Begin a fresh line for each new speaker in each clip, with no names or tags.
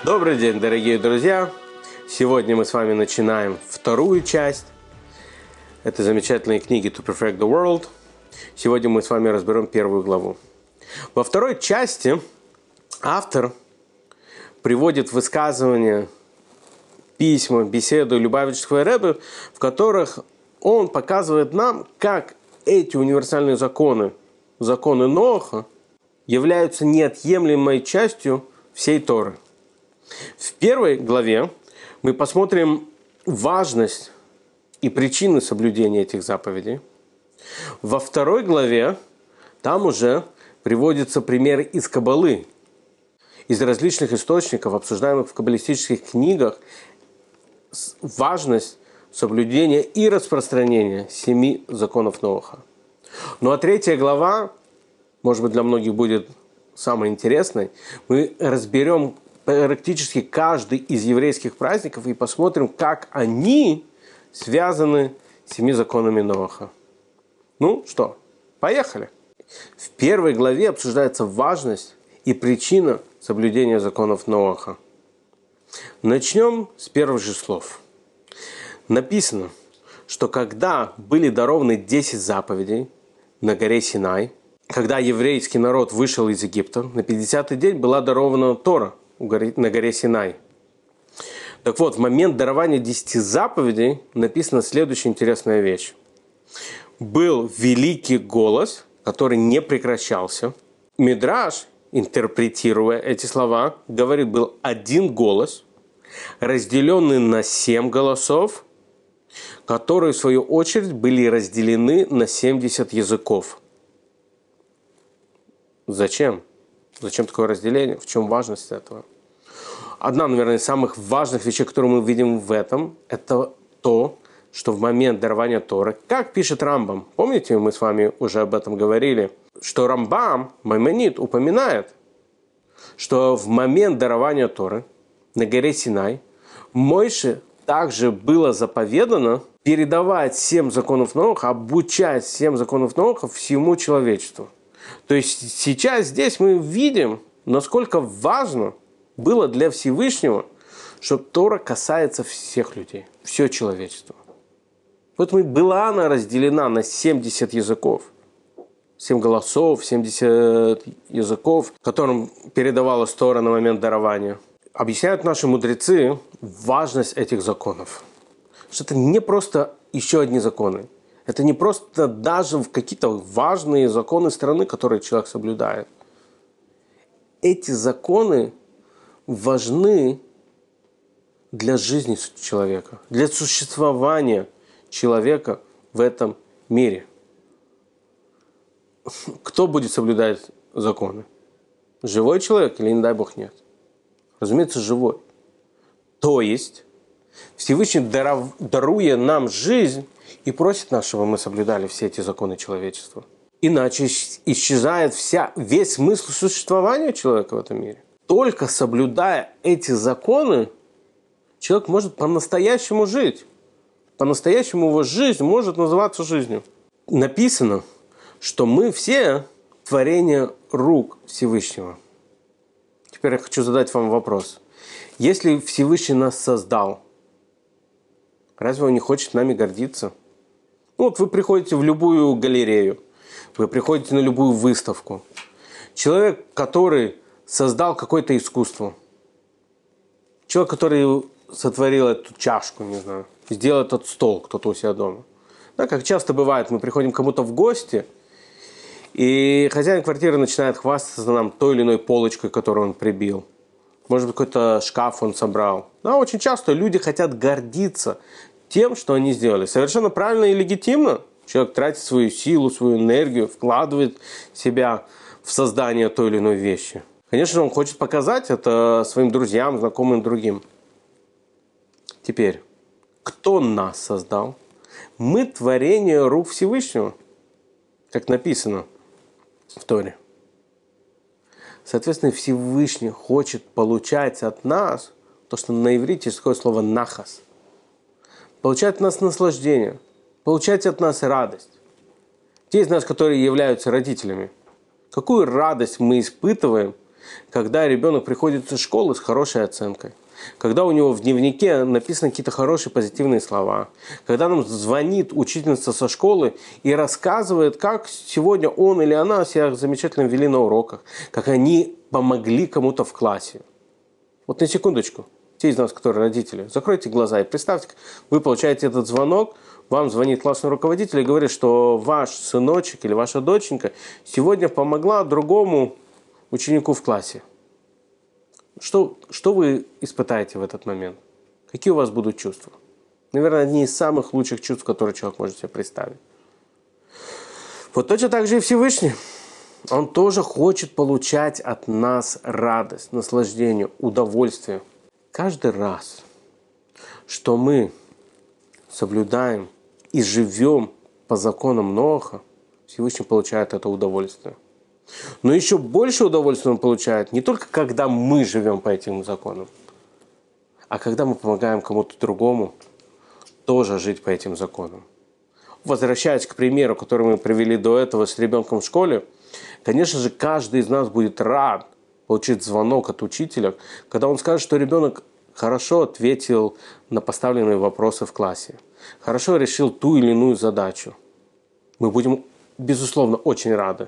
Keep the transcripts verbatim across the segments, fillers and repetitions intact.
Добрый день, дорогие друзья! Сегодня мы с вами начинаем вторую часть этой замечательной книги To Perfect the World. Сегодня мы с вами разберем первую главу. Во второй части автор приводит высказывания, письма, беседы Любавического Ребе, в которых он показывает нам, как эти универсальные законы, законы Ноаха, являются неотъемлемой частью всей Торы. В первой главе мы посмотрим важность и причины соблюдения этих заповедей. Во второй главе там уже приводятся примеры из Каббалы, из различных источников, обсуждаемых в каббалистических книгах, важность соблюдения и распространения семи законов Ноаха. Ну а третья глава, может быть, для многих будет самой интересной. Мы разберем практически каждый из еврейских праздников и посмотрим, как они связаны с семи законами Ноаха. Ну что, поехали. В первой главе обсуждается важность и причина соблюдения законов Ноаха. Начнем с первых же слов. Написано, что когда были дарованы десять заповедей на горе Синай, когда еврейский народ вышел из Египта, на пятидесятый день была дарована Тора на горе Синай. Так вот, в момент дарования десяти заповедей написана следующая интересная вещь. Был великий голос, который не прекращался. Мидраш, интерпретируя эти слова, говорит, был один голос, разделенный на семь голосов, которые, в свою очередь, были разделены на семьдесят языков. Зачем? Зачем такое разделение? В чем важность этого? Одна, наверное, из самых важных вещей, которые мы видим в этом, это то, что в момент дарования Торы, как пишет Рамбам, помните, мы с вами уже об этом говорили, что Рамбам, Маймонид, упоминает, что в момент дарования Торы на горе Синай Мойше также было заповедано передавать семь законов Ноаха, обучать семь законов Ноаха всему человечеству. То есть сейчас здесь мы видим, насколько важно было для Всевышнего, что Тора касается всех людей, все человечество. Вот мы, была она разделена на семьдесят языков, семь голосов, семьдесят языков, которым передавалась Тора на момент дарования. Объясняют наши мудрецы важность этих законов. Что это не просто еще одни законы. Это не просто даже в какие-то важные законы страны, которые человек соблюдает. Эти законы важны для жизни человека, для существования человека в этом мире. Кто будет соблюдать законы? Живой человек или, не дай Бог, нет? Разумеется, живой. То есть Всевышний, даруя нам жизнь, и просит нас, чтобы мы соблюдали все эти законы человечества. Иначе исчезает вся, весь смысл существования человека в этом мире. Только соблюдая эти законы, человек может по-настоящему жить. По-настоящему его жизнь может называться жизнью. Написано, что мы все творение рук Всевышнего. Теперь я хочу задать вам вопрос. Если Всевышний нас создал, разве он не хочет нами гордиться? Ну, вот вы приходите в любую галерею, вы приходите на любую выставку. Человек, который создал какое-то искусство, человек, который сотворил эту чашку, не знаю, сделал этот стол, кто-то у себя дома. Да, как часто бывает, мы приходим к кому-то в гости, и хозяин квартиры начинает хвастаться нам той или иной полочкой, которую он прибил. Может быть, какой-то шкаф он собрал. Да, очень часто люди хотят гордиться тем, что они сделали. Совершенно правильно и легитимно. Человек тратит свою силу, свою энергию, вкладывает себя в создание той или иной вещи. Конечно, он хочет показать это своим друзьям, знакомым, другим. Теперь, кто нас создал? Мы творение рук Всевышнего, как написано в Торе. Соответственно, Всевышний хочет получать от нас то, что на иврите есть такое слово «нахас». Получать от нас наслаждение, получать от нас радость. Те из нас, которые являются родителями, какую радость мы испытываем, когда ребенок приходит из школы с хорошей оценкой, когда у него в дневнике написаны какие-то хорошие позитивные слова, когда нам звонит учительница со школы и рассказывает, как сегодня он или она себя замечательно вели на уроках, как они помогли кому-то в классе. Вот на секундочку, те из нас, которые родители, закройте глаза и представьте, вы получаете этот звонок, вам звонит классный руководитель и говорит, что ваш сыночек или ваша доченька сегодня помогла другому ученику в классе. Что, что вы испытаете в этот момент? Какие у вас будут чувства? Наверное, одни из самых лучших чувств, которые человек может себе представить. Вот точно так же и Всевышний. Он тоже хочет получать от нас радость, наслаждение, удовольствие. Каждый раз, что мы соблюдаем и живем по законам Ноаха, Всевышний получает это удовольствие. Но еще больше удовольствия он получает не только когда мы живем по этим законам, а когда мы помогаем кому-то другому тоже жить по этим законам. Возвращаясь к примеру, который мы привели до этого с ребенком в школе, конечно же, каждый из нас будет рад получить звонок от учителя, когда он скажет, что ребенок хорошо ответил на поставленные вопросы в классе, хорошо решил ту или иную задачу. Мы будем, безусловно, очень рады.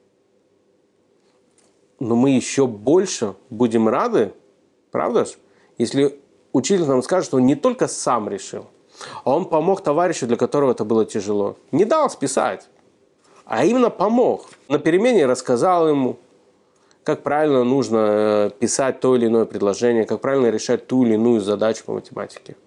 Но мы еще больше будем рады, правда же, если учитель нам скажет, что он не только сам решил, а он помог товарищу, для которого это было тяжело. Не дал списать, а именно помог. На перемене рассказал ему, как правильно нужно писать то или иное предложение, как правильно решать ту или иную задачу по математике.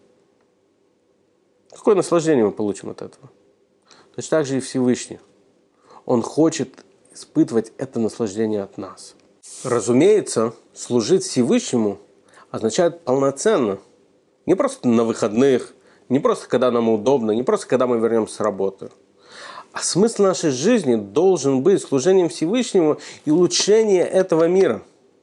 Какое наслаждение мы получим от этого? Точно так же и Всевышний. Он хочет испытывать это наслаждение от нас. Разумеется, служить Всевышнему означает полноценно. Не просто на выходных, не просто когда нам удобно, не просто когда мы вернемся с работы. А смысл нашей жизни должен быть служением Всевышнему и улучшение этого мира.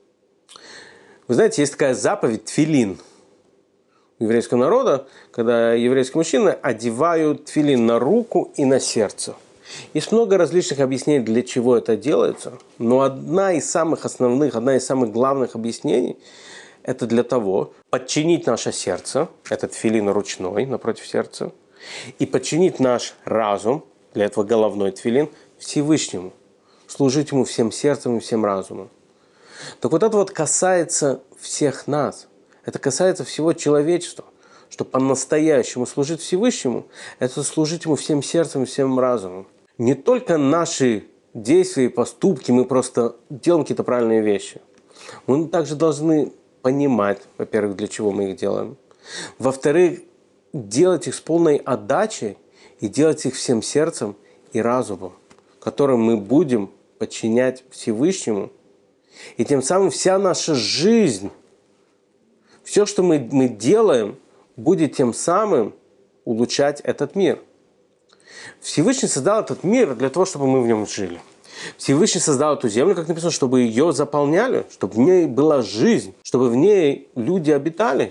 Вы знаете, есть такая заповедь тфилин у еврейского народа, когда еврейские мужчины одевают тфилин на руку и на сердце. Есть много различных объяснений, для чего это делается, но одна из самых основных, одна из самых главных объяснений – это для того, подчинить наше сердце, этот тфилин ручной напротив сердца, и подчинить наш разум, для этого головной тфилин, Всевышнему, служить Ему всем сердцем и всем разумом. Так вот это вот касается всех нас, это касается всего человечества, что по-настоящему служить Всевышнему – это служить Ему всем сердцем и всем разумом. Не только наши действия и поступки, мы просто делаем какие-то правильные вещи. Мы также должны понимать, во-первых, для чего мы их делаем. Во-вторых, делать их с полной отдачей и делать их всем сердцем и разумом, которым мы будем подчинять Всевышнему. И тем самым вся наша жизнь, все, что мы, мы делаем, будет тем самым улучшать этот мир. Всевышний создал этот мир для того, чтобы мы в нем жили. Всевышний создал эту землю, как написано, чтобы ее заполняли, чтобы в ней была жизнь, чтобы в ней люди обитали.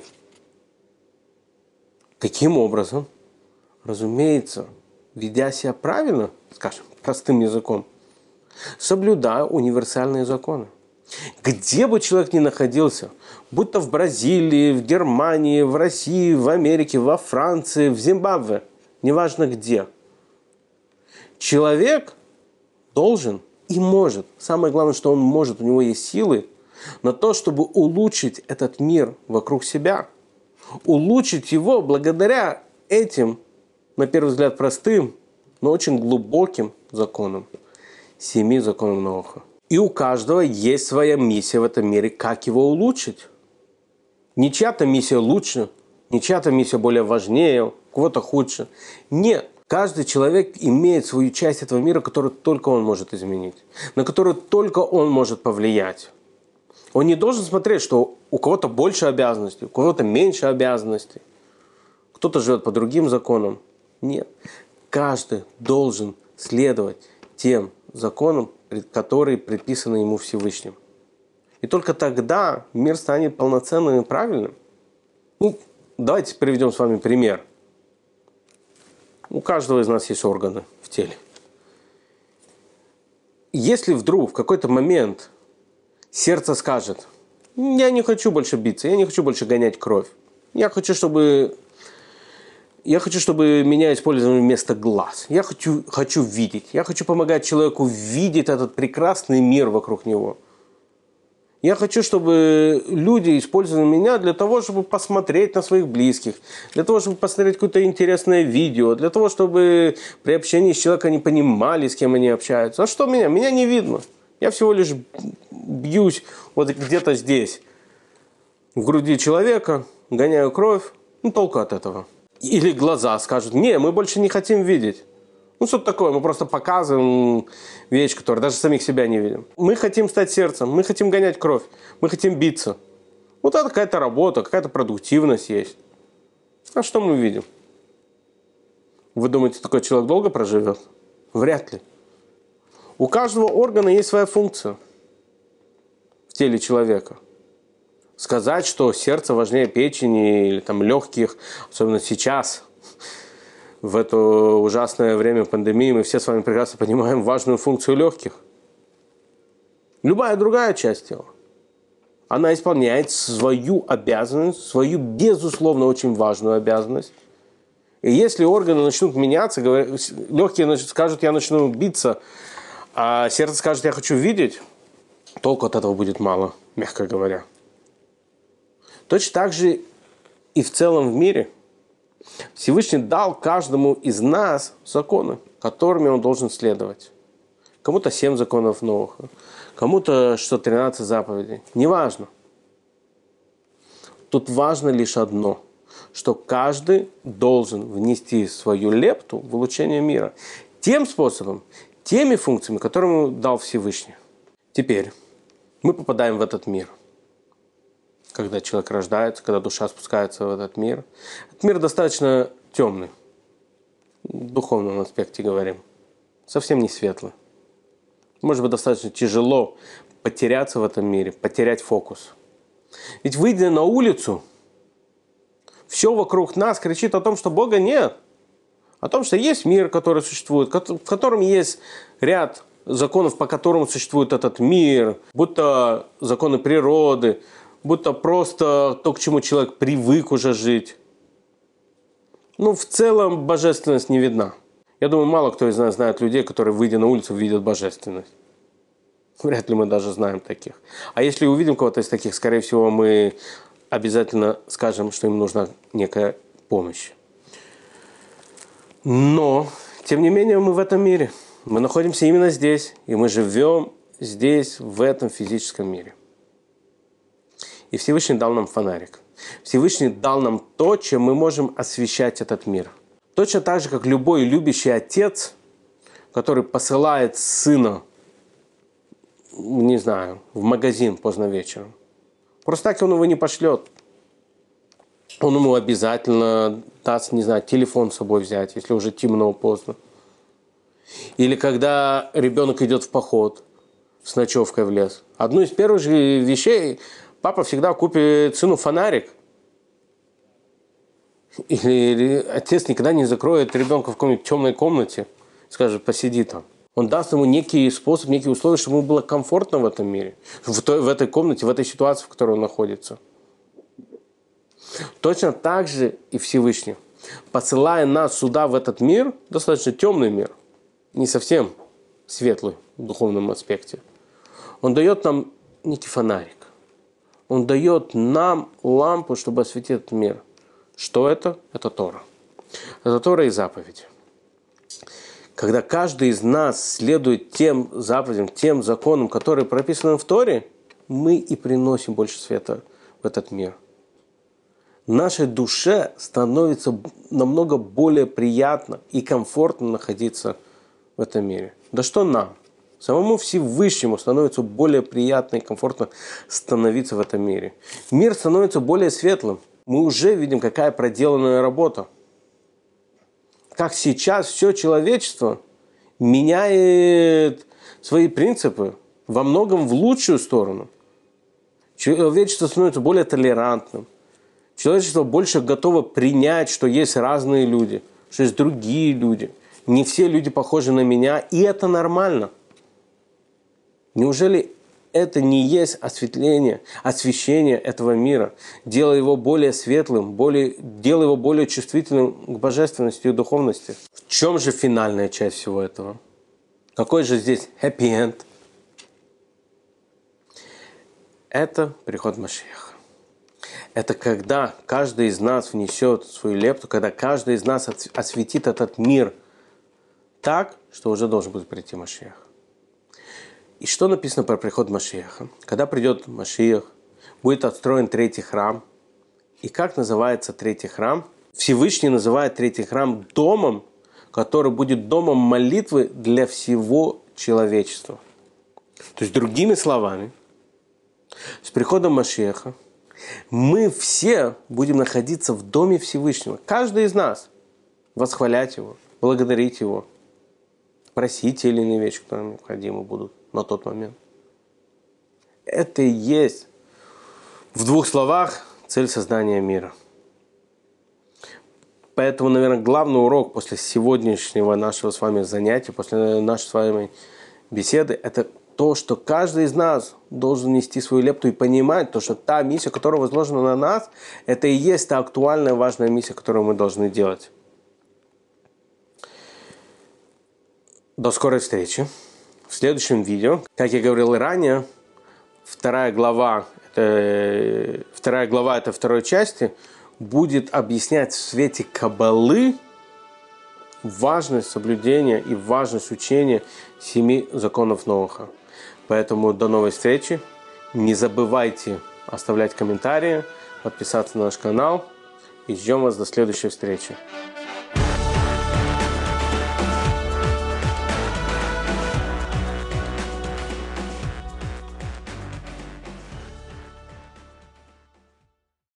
Каким образом? Разумеется, ведя себя правильно, скажем, простым языком, соблюдая универсальные законы. Где бы человек ни находился, будь то в Бразилии, в Германии, в России, в Америке, во Франции, в Зимбабве, неважно где, человек должен и может, самое главное, что он может, у него есть силы на то, чтобы улучшить этот мир вокруг себя, улучшить его благодаря этим, на первый взгляд, простым, но очень глубоким законам, семи законам Ноаха. И у каждого есть своя миссия в этом мире, как его улучшить. Не чья-то миссия лучше, не чья-то миссия более важнее, у кого-то худше. Нет. Каждый человек имеет свою часть этого мира, которую только он может изменить, на которую только он может повлиять. Он не должен смотреть, что у кого-то больше обязанностей, у кого-то меньше обязанностей, кто-то живет по другим законам. Нет. Каждый должен следовать тем законам, которые предписаны ему Всевышним. И только тогда мир станет полноценным и правильным. Ну, давайте приведем с вами пример. У каждого из нас есть органы в теле. Если вдруг в какой-то момент Сердце скажет: я не хочу больше биться, я не хочу больше гонять кровь. Я хочу, чтобы, я хочу, чтобы меня использовали вместо глаз. Я хочу, хочу видеть. Я хочу помогать человеку видеть этот прекрасный мир вокруг него. Я хочу, чтобы люди использовали меня для того, чтобы посмотреть на своих близких, для того, чтобы посмотреть какое-то интересное видео, для того, чтобы при общении с человеком они понимали, с кем они общаются. А что меня? Меня не видно. Я всего лишь бьюсь вот где-то здесь, в груди человека, гоняю кровь. Ну, толку от этого. Или глаза скажут: не, мы больше не хотим видеть. Ну, что-то такое, мы просто показываем вещь, которую даже самих себя не видим. Мы хотим стать сердцем, мы хотим гонять кровь, мы хотим биться. Вот это какая-то работа, какая-то продуктивность есть. А что мы видим? Вы думаете, такой человек долго проживет? Вряд ли. У каждого органа есть своя функция в теле человека. Сказать, что сердце важнее печени или там легких, особенно сейчас, в это ужасное время пандемии, мы все с вами прекрасно понимаем важную функцию легких. Любая другая часть тела, она исполняет свою обязанность, свою, безусловно, очень важную обязанность. И если органы начнут меняться, легкие скажут: я начну биться, а сердце скажет: я хочу видеть, толку от этого будет мало, мягко говоря. Точно так же и в целом в мире. Всевышний дал каждому из нас законы, которыми он должен следовать. Кому-то семь законов новых, кому-то что тринадцать заповедей. Неважно. Тут важно лишь одно, что каждый должен внести свою лепту в улучшение мира тем способом, теми функциями, которые ему дал Всевышний. Теперь мы попадаем в этот мир. Когда человек рождается, когда душа спускается в этот мир. Этот мир достаточно темный. В духовном аспекте говорим. Совсем не светлый. Может быть, достаточно тяжело потеряться в этом мире, потерять фокус. Ведь, выйдя на улицу, все вокруг нас кричит о том, что Бога нет. О том, что есть мир, который существует, в котором есть ряд законов, по которым существует этот мир, будто законы природы, будто просто то, к чему человек привык уже жить. Ну, в целом, божественность не видна. Я думаю, мало кто из нас знает людей, которые, выйдя на улицу, видят божественность. Вряд ли мы даже знаем таких. А если увидим кого-то из таких, скорее всего, мы обязательно скажем, что им нужна некая помощь. Но, тем не менее, мы в этом мире. Мы находимся именно здесь. И мы живем здесь, в этом физическом мире. И Всевышний дал нам фонарик. Всевышний дал нам то, чем мы можем освещать этот мир. Точно так же, как любой любящий отец, который посылает сына, не знаю, в магазин поздно вечером. Просто так он его не пошлет. Он ему обязательно даст, не знаю, телефон с собой взять, если уже темно, поздно. Или когда ребенок идет в поход с ночевкой в лес. Одну из первых же вещей папа всегда купит сыну фонарик. Или, или отец никогда не закроет ребенка в какой-нибудь темной комнате. Скажет: посиди там. Он даст ему некий способ, некие условия, чтобы ему было комфортно в этом мире. В, той, в этой комнате, в этой ситуации, в которой он находится. Точно так же и Всевышний. Посылая нас сюда, в этот мир, достаточно темный мир, не совсем светлый в духовном аспекте, он дает нам некий фонарик. Он дает нам лампу, чтобы осветить этот мир. Что это? Это Тора. Это Тора и заповеди. Когда каждый из нас следует тем заповедям, тем законам, которые прописаны в Торе, мы и приносим больше света в этот мир. Нашей душе становится намного более приятно и комфортно находиться в этом мире. Да что нам? Самому Всевышнему становится более приятно и комфортно становиться в этом мире. Мир становится более светлым. Мы уже видим, какая проделанная работа. Как сейчас все человечество меняет свои принципы во многом в лучшую сторону. Человечество становится более толерантным. Человечество больше готово принять, что есть разные люди, что есть другие люди. Не все люди похожи на меня, и это нормально. Неужели это не есть осветление, освещение этого мира, делая его более светлым, более, делая его более чувствительным к божественности и духовности. В чем же финальная часть всего этого? Какой же здесь happy end? Это приход Машиаха. Это когда каждый из нас внесет свою лепту, когда каждый из нас осветит этот мир так, что уже должен будет прийти Машиах. И что написано про приход Машиаха? Когда придет Машиах, будет отстроен третий храм. И как называется третий храм? Всевышний называет третий храм домом, который будет домом молитвы для всего человечества. То есть, другими словами, с приходом Машиаха мы все будем находиться в доме Всевышнего. Каждый из нас восхвалять Его, благодарить Его, просить те или иные вещи, которые необходимы будут на тот момент. Это и есть, в двух словах, цель создания мира. Поэтому, наверное, главный урок после сегодняшнего нашего с вами занятия, после нашей с вами беседы, это то, что каждый из нас должен нести свою лепту и понимать, то, что та миссия, которая возложена на нас, это и есть та актуальная, важная миссия, которую мы должны делать. До скорой встречи. В следующем видео, как я говорил и ранее, вторая глава, это, вторая глава этой второй части будет объяснять в свете Каббалы важность соблюдения и важность учения семи законов Ноаха. Поэтому до новой встречи. Не забывайте оставлять комментарии, подписаться на наш канал. И ждем вас до следующей встречи.